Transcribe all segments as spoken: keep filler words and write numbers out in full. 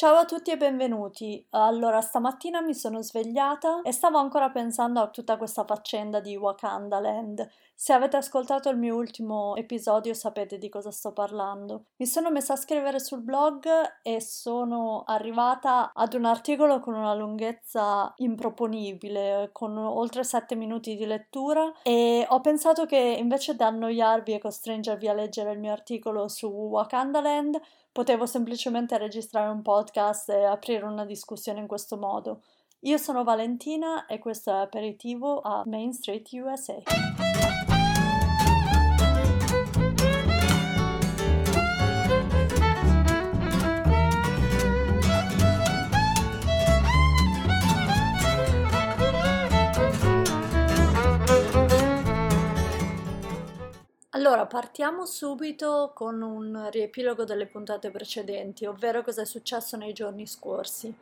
Ciao a tutti e benvenuti. Allora, stamattina mi sono svegliata e stavo ancora pensando a tutta questa faccenda di Wakanda Land. Se avete ascoltato il mio ultimo episodio sapete di cosa sto parlando. Mi sono messa a scrivere sul blog e sono arrivata ad un articolo con una lunghezza improponibile, con oltre sette minuti di lettura, e ho pensato che invece di annoiarvi e costringervi a leggere il mio articolo su Wakanda Land, potevo semplicemente registrare un podcast e aprire una discussione in questo modo. Io sono Valentina e questo è Aperitivo a Main Street U S A. Allora, partiamo subito con un riepilogo delle puntate precedenti, ovvero cosa è successo nei giorni scorsi.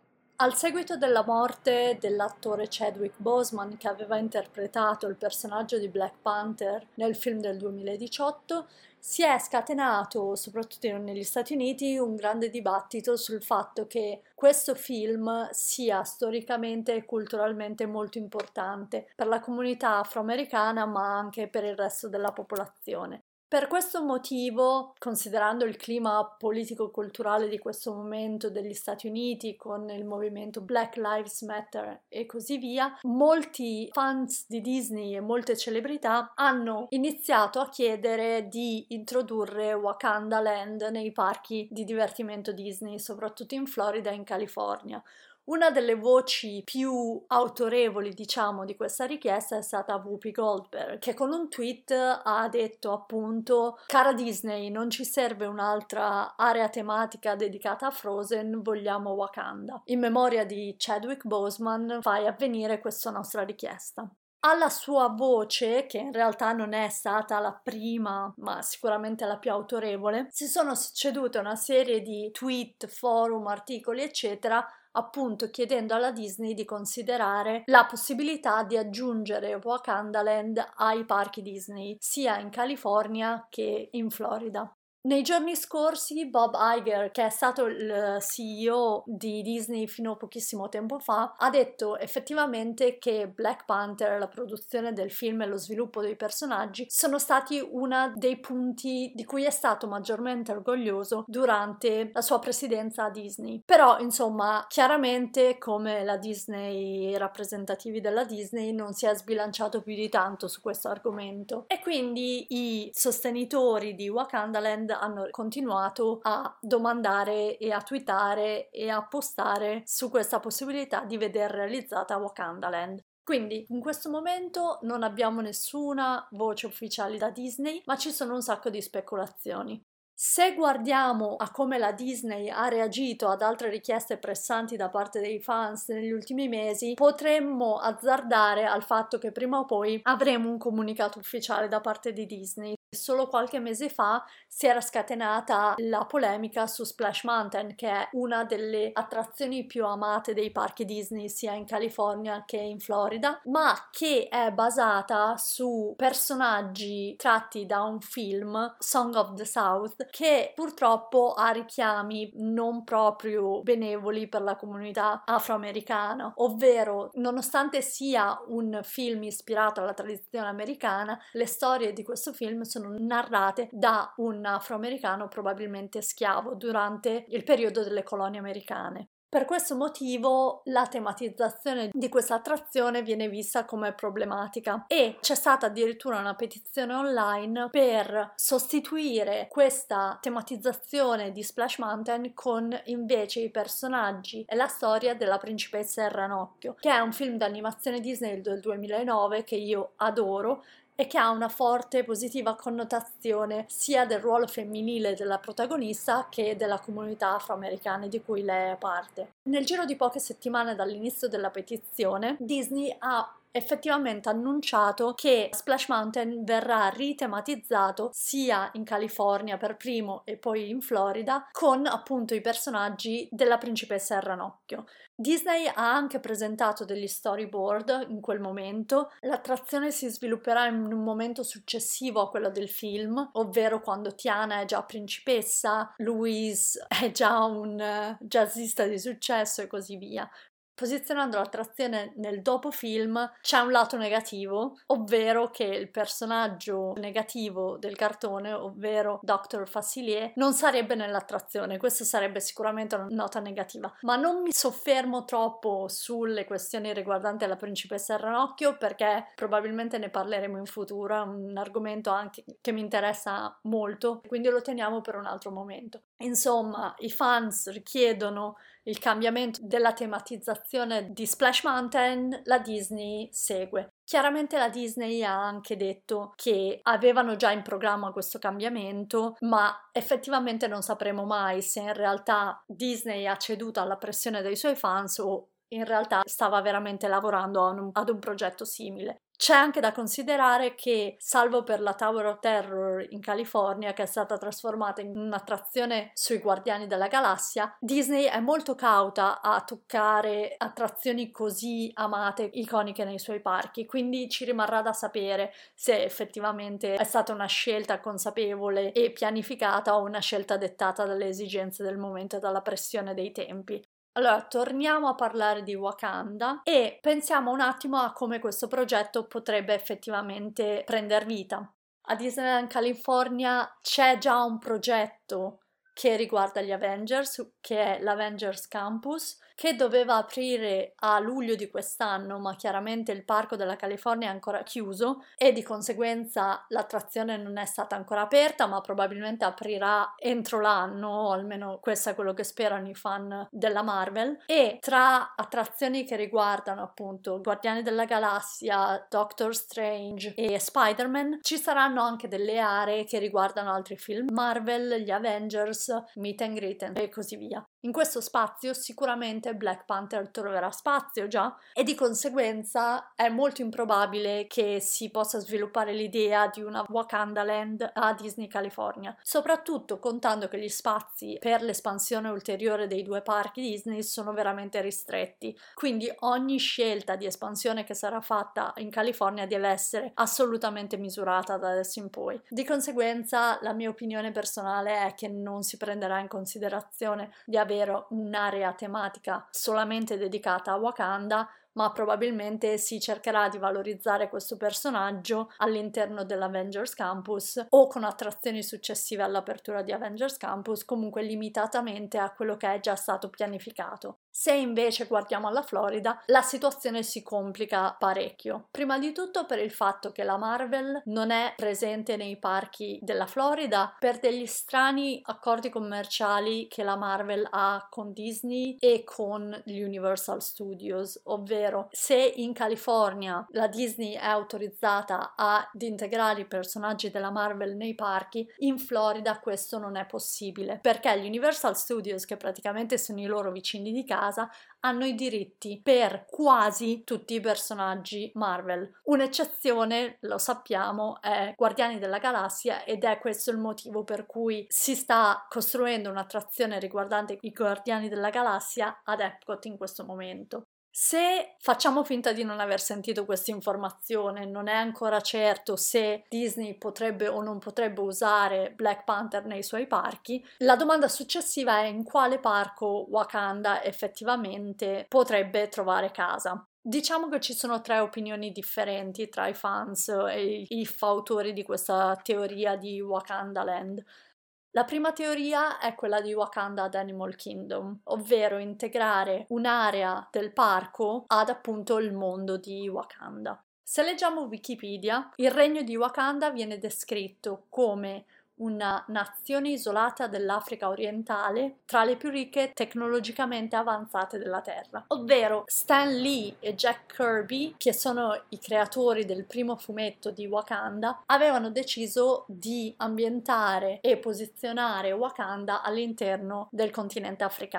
Al seguito della morte dell'attore Chadwick Boseman, che aveva interpretato il personaggio di Black Panther nel film del duemiladiciotto, si è scatenato, soprattutto negli Stati Uniti, un grande dibattito sul fatto che questo film sia storicamente e culturalmente molto importante per la comunità afroamericana, ma anche per il resto della popolazione. Per questo motivo, considerando il clima politico-culturale di questo momento degli Stati Uniti con il movimento Black Lives Matter e così via, molti fans di Disney e molte celebrità hanno iniziato a chiedere di introdurre Wakanda Land nei parchi di divertimento Disney, soprattutto in Florida e in California. Una delle voci più autorevoli, diciamo, di questa richiesta è stata Whoopi Goldberg, che con un tweet ha detto appunto: cara Disney, non ci serve un'altra area tematica dedicata a Frozen, vogliamo Wakanda. In memoria di Chadwick Boseman fai avvenire questa nostra richiesta. Alla sua voce, che in realtà non è stata la prima, ma sicuramente la più autorevole, si sono succedute una serie di tweet, forum, articoli, eccetera, appunto chiedendo alla Disney di considerare la possibilità di aggiungere Wakanda Land ai parchi Disney, sia in California che in Florida. Nei giorni scorsi Bob Iger, che è stato il C E O di Disney fino a pochissimo tempo fa, ha detto effettivamente che Black Panther, la produzione del film e lo sviluppo dei personaggi sono stati uno dei punti di cui è stato maggiormente orgoglioso durante la sua presidenza a Disney. Però, insomma, chiaramente come la Disney, i rappresentativi della Disney, non si è sbilanciato più di tanto su questo argomento. E quindi i sostenitori di Wakanda Land hanno continuato a domandare e a twittare e a postare su questa possibilità di veder realizzata Wakanda Land. Quindi in questo momento non abbiamo nessuna voce ufficiale da Disney, ma ci sono un sacco di speculazioni. Se guardiamo a come la Disney ha reagito ad altre richieste pressanti da parte dei fans negli ultimi mesi, potremmo azzardare al fatto che prima o poi avremo un comunicato ufficiale da parte di Disney. Solo qualche mese fa si era scatenata la polemica su Splash Mountain, che è una delle attrazioni più amate dei parchi Disney sia in California che in Florida, ma che è basata su personaggi tratti da un film, Song of the South, che purtroppo ha richiami non proprio benevoli per la comunità afroamericana, ovvero nonostante sia un film ispirato alla tradizione americana, le storie di questo film sono narrate da un afroamericano probabilmente schiavo durante il periodo delle colonie americane. Per questo motivo la tematizzazione di questa attrazione viene vista come problematica e c'è stata addirittura una petizione online per sostituire questa tematizzazione di Splash Mountain con invece i personaggi e la storia della principessa e il ranocchio, che è un film d'animazione Disney del duemilanove che io adoro e che ha una forte positiva connotazione sia del ruolo femminile della protagonista che della comunità afroamericana di cui lei è parte. Nel giro di poche settimane dall'inizio della petizione, Disney ha effettivamente annunciato che Splash Mountain verrà ritematizzato sia in California per primo e poi in Florida con appunto i personaggi della principessa e il ranocchio. Disney ha anche presentato degli storyboard in quel momento. L'attrazione si svilupperà in un momento successivo a quello del film, ovvero quando Tiana è già principessa, Louise è già un uh, jazzista di successo e così via. Posizionando l'attrazione nel dopo film c'è un lato negativo, ovvero che il personaggio negativo del cartone, ovvero doctor Facilier, non sarebbe nell'attrazione. Questa sarebbe sicuramente una nota negativa, ma non mi soffermo troppo sulle questioni riguardanti la principessa e il ranocchio perché probabilmente ne parleremo in futuro, è un argomento anche che mi interessa molto, quindi lo teniamo per un altro momento. Insomma, i fans richiedono il cambiamento della tematizzazione di Splash Mountain, la Disney segue. Chiaramente la Disney ha anche detto che avevano già in programma questo cambiamento, ma effettivamente non sapremo mai se in realtà Disney ha ceduto alla pressione dei suoi fans o in realtà stava veramente lavorando ad un, ad un progetto simile. C'è anche da considerare che, salvo per la Tower of Terror in California, che è stata trasformata in un'attrazione sui Guardiani della Galassia, Disney è molto cauta a toccare attrazioni così amate, iconiche nei suoi parchi, quindi ci rimarrà da sapere se effettivamente è stata una scelta consapevole e pianificata o una scelta dettata dalle esigenze del momento e dalla pressione dei tempi. Allora, torniamo a parlare di Wakanda e pensiamo un attimo a come questo progetto potrebbe effettivamente prendere vita. A Disneyland California c'è già un progetto che riguarda gli Avengers, che è l'Avengers Campus, che doveva aprire a luglio di quest'anno, ma chiaramente il parco della California è ancora chiuso e di conseguenza l'attrazione non è stata ancora aperta, ma probabilmente aprirà entro l'anno, o almeno questo è quello che sperano i fan della Marvel. E tra attrazioni che riguardano appunto Guardiani della Galassia, Doctor Strange e Spider-Man, ci saranno anche delle aree che riguardano altri film Marvel, gli Avengers, meet and greet e così via. In questo spazio sicuramente Black Panther troverà spazio già e di conseguenza è molto improbabile che si possa sviluppare l'idea di una Wakanda Land a Disney California, soprattutto contando che gli spazi per l'espansione ulteriore dei due parchi Disney sono veramente ristretti, quindi ogni scelta di espansione che sarà fatta in California deve essere assolutamente misurata da adesso in poi. Di conseguenza la mia opinione personale è che non si prenderà in considerazione di avere un'area tematica solamente dedicata a Wakanda, ma probabilmente si cercherà di valorizzare questo personaggio all'interno dell'Avengers Campus o con attrazioni successive all'apertura di Avengers Campus, comunque limitatamente a quello che è già stato pianificato. Se invece guardiamo alla Florida, la situazione si complica parecchio. Prima di tutto per il fatto che la Marvel non è presente nei parchi della Florida per degli strani accordi commerciali che la Marvel ha con Disney e con gli Universal Studios, ovvero se in California la Disney è autorizzata ad integrare i personaggi della Marvel nei parchi, in Florida questo non è possibile perché gli Universal Studios, che praticamente sono i loro vicini di casa, hanno i diritti per quasi tutti i personaggi Marvel. Un'eccezione, lo sappiamo, è Guardiani della Galassia ed è questo il motivo per cui si sta costruendo un'attrazione riguardante i Guardiani della Galassia ad Epcot in questo momento. Se facciamo finta di non aver sentito questa informazione, non è ancora certo se Disney potrebbe o non potrebbe usare Black Panther nei suoi parchi, la domanda successiva è in quale parco Wakanda effettivamente potrebbe trovare casa. Diciamo che ci sono tre opinioni differenti tra i fans e i fautori di questa teoria di Wakanda Land. La prima teoria è quella di Wakanda ad Animal Kingdom, ovvero integrare un'area del parco ad appunto il mondo di Wakanda. Se leggiamo Wikipedia, il regno di Wakanda viene descritto come una nazione isolata dell'Africa orientale tra le più ricche e tecnologicamente avanzate della Terra, ovvero Stan Lee e Jack Kirby, che sono i creatori del primo fumetto di Wakanda, avevano deciso di ambientare e posizionare Wakanda all'interno del continente africano.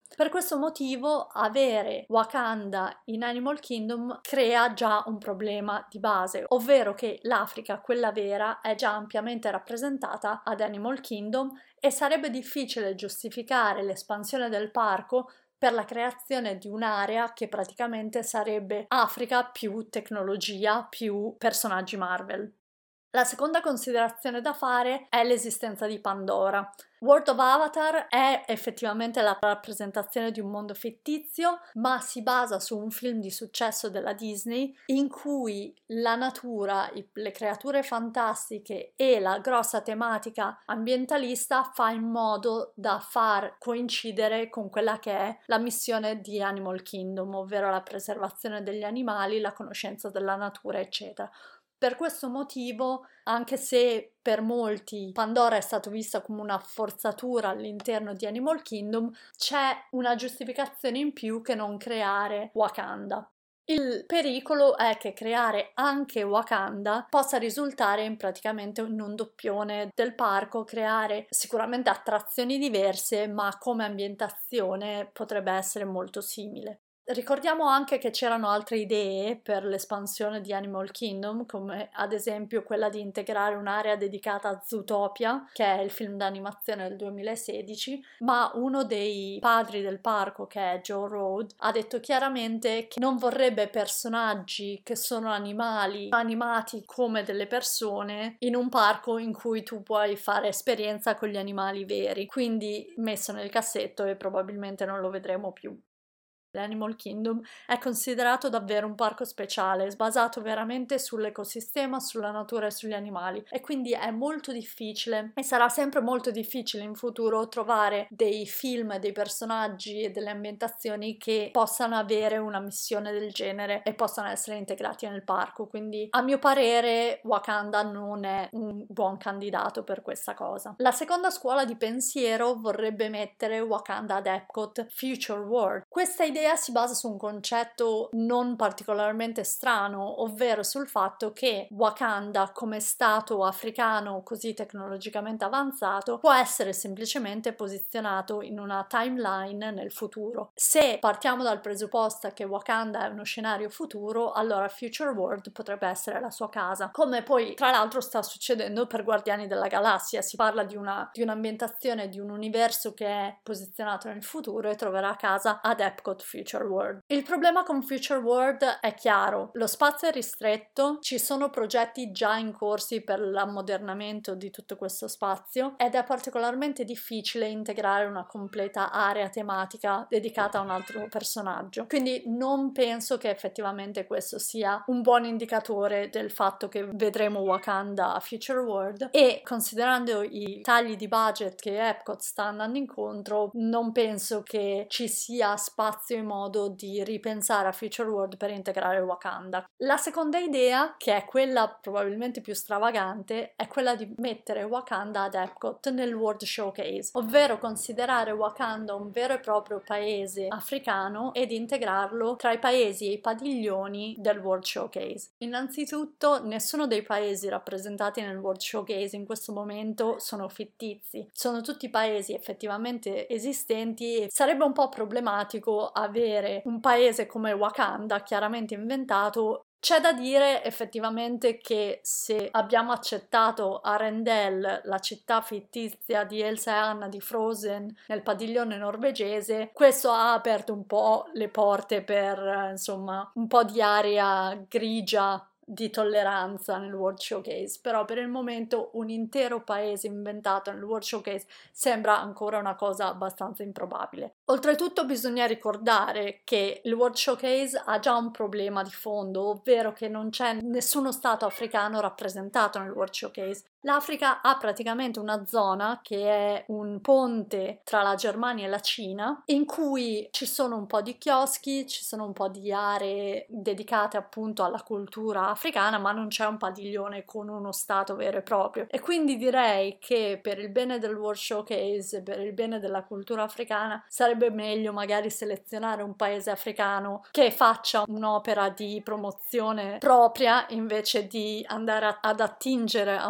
Per questo motivo avere Wakanda in Animal Kingdom crea già un problema di base, ovvero che l'Africa, quella vera, è già ampiamente rappresentata ad Animal Kingdom e sarebbe difficile giustificare l'espansione del parco per la creazione di un'area che praticamente sarebbe Africa più tecnologia più personaggi Marvel. La seconda considerazione da fare è l'esistenza di Pandora. World of Avatar è effettivamente la rappresentazione di un mondo fittizio, ma si basa su un film di successo della Disney in cui la natura, le creature fantastiche e la grossa tematica ambientalista fa in modo da far coincidere con quella che è la missione di Animal Kingdom, ovvero la preservazione degli animali, la conoscenza della natura, eccetera. Per questo motivo, anche se per molti Pandora è stato vista come una forzatura all'interno di Animal Kingdom, c'è una giustificazione in più che non creare Wakanda. Il pericolo è che creare anche Wakanda possa risultare in praticamente in un doppione del parco, creare sicuramente attrazioni diverse, ma come ambientazione potrebbe essere molto simile. Ricordiamo anche che c'erano altre idee per l'espansione di Animal Kingdom, come ad esempio quella di integrare un'area dedicata a Zootopia, che è il film d'animazione del duemilasedici, ma uno dei padri del parco, che è Joe Rohde, ha detto chiaramente che non vorrebbe personaggi che sono animali animati come delle persone in un parco in cui tu puoi fare esperienza con gli animali veri, quindi messo nel cassetto e probabilmente non lo vedremo più. L'Animal Kingdom è considerato davvero un parco speciale, basato veramente sull'ecosistema, sulla natura e sugli animali, e quindi è molto difficile e sarà sempre molto difficile in futuro trovare dei film, dei personaggi e delle ambientazioni che possano avere una missione del genere e possano essere integrati nel parco. Quindi a mio parere Wakanda non è un buon candidato per questa cosa. La seconda scuola di pensiero vorrebbe mettere Wakanda ad Epcot Future World. Questa idea si basa su un concetto non particolarmente strano, ovvero sul fatto che Wakanda, come stato africano così tecnologicamente avanzato, può essere semplicemente posizionato in una timeline nel futuro. Se partiamo dal presupposto che Wakanda è uno scenario futuro, allora Future World potrebbe essere la sua casa, come poi tra l'altro sta succedendo per Guardiani della Galassia. Si parla di una di un'ambientazione di un universo che è posizionato nel futuro e troverà casa ad Epcot Future World. Il problema con Future World è chiaro: lo spazio è ristretto, ci sono progetti già in corsi per l'ammodernamento di tutto questo spazio ed è particolarmente difficile integrare una completa area tematica dedicata a un altro personaggio. Quindi non penso che effettivamente questo sia un buon indicatore del fatto che vedremo Wakanda a Future World, e considerando i tagli di budget che Epcot sta andando incontro, non penso che ci sia spazio in modo di ripensare a Future World per integrare Wakanda. La seconda idea, che è quella probabilmente più stravagante, è quella di mettere Wakanda ad Epcot nel World Showcase, ovvero considerare Wakanda un vero e proprio paese africano ed integrarlo tra i paesi e i padiglioni del World Showcase. Innanzitutto, nessuno dei paesi rappresentati nel World Showcase in questo momento sono fittizi, sono tutti paesi effettivamente esistenti e sarebbe un po' problematico avere un paese come Wakanda chiaramente inventato. C'è da dire effettivamente che se abbiamo accettato Arendelle, la città fittizia di Elsa e Anna di Frozen, nel padiglione norvegese, questo ha aperto un po' le porte per, insomma, un po' di aria grigia di tolleranza nel World Showcase, però per il momento un intero paese inventato nel World Showcase sembra ancora una cosa abbastanza improbabile. Oltretutto bisogna ricordare che il World Showcase ha già un problema di fondo, ovvero che non c'è nessuno stato africano rappresentato nel World Showcase. L'Africa ha praticamente una zona che è un ponte tra la Germania e la Cina, in cui ci sono un po' di chioschi, ci sono un po' di aree dedicate appunto alla cultura africana, ma non c'è un padiglione con uno stato vero e proprio. E quindi direi che per il bene del World Showcase, per il bene della cultura africana, sarebbe meglio magari selezionare un paese africano che faccia un'opera di promozione propria invece di andare a, ad attingere a un film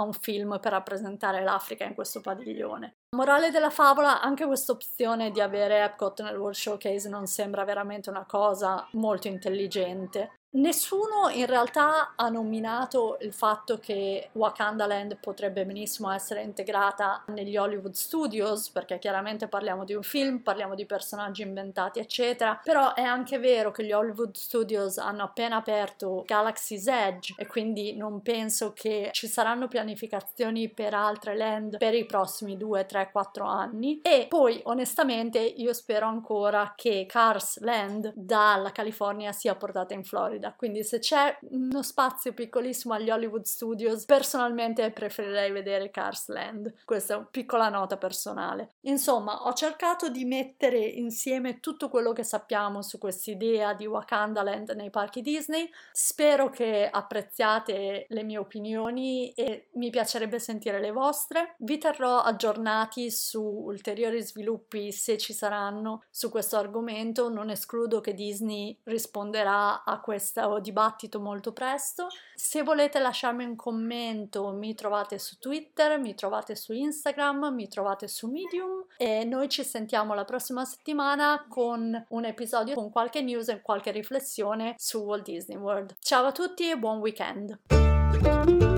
film per rappresentare l'Africa in questo padiglione. Morale della favola, anche questa opzione di avere Epcot nel World Showcase non sembra veramente una cosa molto intelligente. Nessuno in realtà ha nominato il fatto che Wakandaland potrebbe benissimo essere integrata negli Hollywood Studios, perché chiaramente parliamo di un film, parliamo di personaggi inventati, eccetera, però è anche vero che gli Hollywood Studios hanno appena aperto Galaxy's Edge e quindi non penso che ci saranno pianificazioni per altre land per i prossimi due, tre, quattro anni. E poi onestamente io spero ancora che Cars Land dalla California sia portata in Florida. Quindi se c'è uno spazio piccolissimo agli Hollywood Studios, personalmente preferirei vedere Cars Land. Questa è una piccola nota personale. Insomma, ho cercato di mettere insieme tutto quello che sappiamo su quest'idea di Wakandaland nei parchi Disney. Spero che apprezziate le mie opinioni e mi piacerebbe sentire le vostre. Vi terrò aggiornati su ulteriori sviluppi, se ci saranno, su questo argomento. Non escludo che Disney risponderà a questo dibattito molto presto. Se volete lasciarmi un commento, mi trovate su Twitter, mi trovate su Instagram, mi trovate su Medium e noi ci sentiamo la prossima settimana con un episodio con qualche news e qualche riflessione su Walt Disney World. Ciao a tutti e buon weekend!